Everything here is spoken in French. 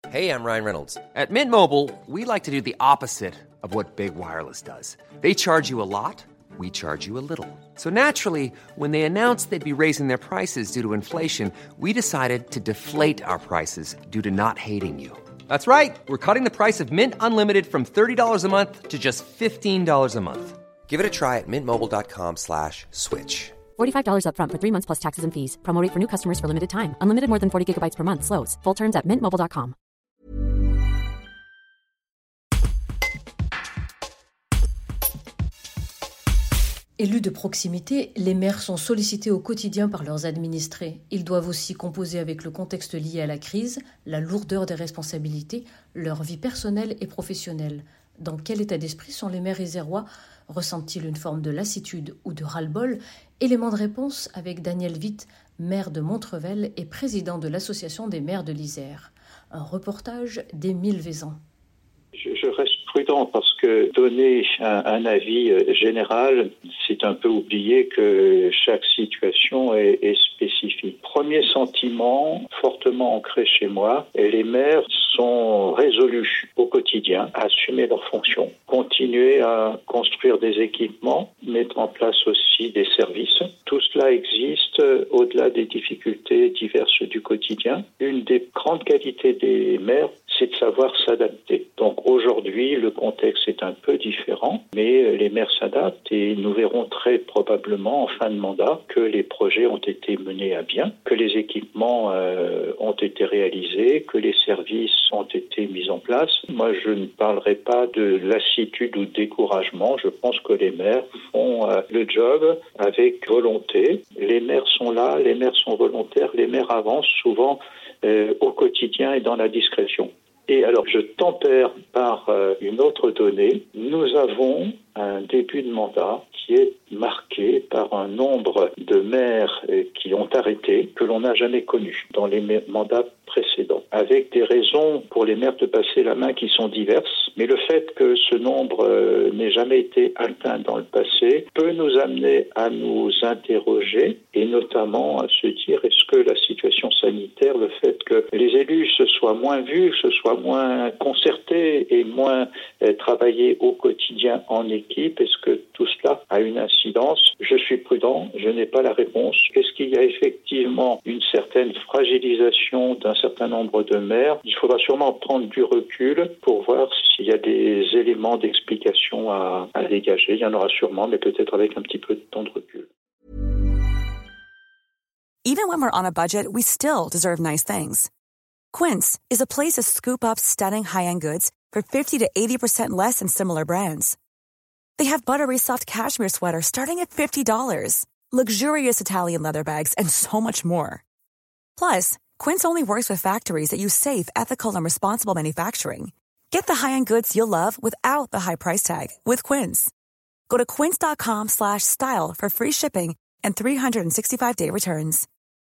Hey, I'm Ryan Reynolds. At Mint Mobile, we like to do the opposite of what Big Wireless does. They charge you a lot, we charge you a little. So naturally, when they announced they'd be raising their prices due to inflation, we decided to deflate our prices due to not hating you. That's right. We're cutting the price of Mint Unlimited from $30 a month to just $15 a month. Give it a try at mintmobile.com/switch. $45 up front for 3 months plus taxes and fees. Promo rate for new customers for limited time. Unlimited more than 40 gigabytes per month. Slows full terms at mintmobile.com. Élus de proximité, les maires sont sollicités au quotidien par leurs administrés. Ils doivent aussi composer avec le contexte lié à la crise, la lourdeur des responsabilités, leur vie personnelle et professionnelle. Dans quel état d'esprit sont les maires isérois ? Ressentent-ils une forme de lassitude ou de ras-le-bol ? Élément de réponse avec Daniel Witt, maire de Montrevel et président de l'Association des maires de l'Isère. Un reportage d'Émile Vaison. Je reste prudent parce que donner un avis général, c'est un peu oublier que chaque situation est spécifique. Premier sentiment fortement ancré chez moi, et les maires sont résolus au quotidien à assumer leurs fonctions, continuer à construire des équipements, mettre en place aussi des services. Tout cela existe au-delà des difficultés diverses du quotidien. Une des grandes qualités des maires, c'est de savoir s'adapter. Donc aujourd'hui, le contexte est un peu différent, mais les maires s'adaptent et nous verrons très probablement en fin de mandat que les projets ont été menés à bien, que les équipements ont été réalisés, que les services ont été mis en place. Moi, je ne parlerai pas de lassitude ou de découragement. Je pense que les maires font le job avec volonté. Les maires sont là, les maires sont volontaires, les maires avancent souvent au quotidien et dans la discrétion. Et alors, je tempère par une autre donnée. Nous avons un début de mandat qui est marqué par un nombre de maires qui ont arrêté que l'on n'a jamais connu dans les mandats précédents, avec des raisons pour les maires de passer la main qui sont diverses. Mais le fait que ce nombre n'ait jamais été atteint dans le passé peut nous amener à nous interroger et notamment à se dire est-ce que la situation sanitaire, le fait que les élus se soient moins vus, se soient moins concertés et moins travaillés au quotidien en équipe, est-ce que tout cela a une incidence ? Je suis prudent, je n'ai pas la réponse. Est-ce qu'il y a effectivement une certaine fragilisation d'un certain nombre de maires ? Il faudra sûrement prendre du recul pour voir s'il y a des éléments d'explication à dégager. Il y en aura sûrement, mais peut-être avec un petit peu de temps de recul. Even when we're on a budget, we still deserve nice things. Quince is a place to scoop up stunning high-end goods for 50 to 80% less than similar brands. They have buttery soft cashmere sweaters starting at $50, luxurious Italian leather bags, and so much more. Plus, Quince only works with factories that use safe, ethical, and responsible manufacturing. Get the high-end goods you'll love without the high price tag with Quince. Go to quince.com/style for free shipping and 365-day returns.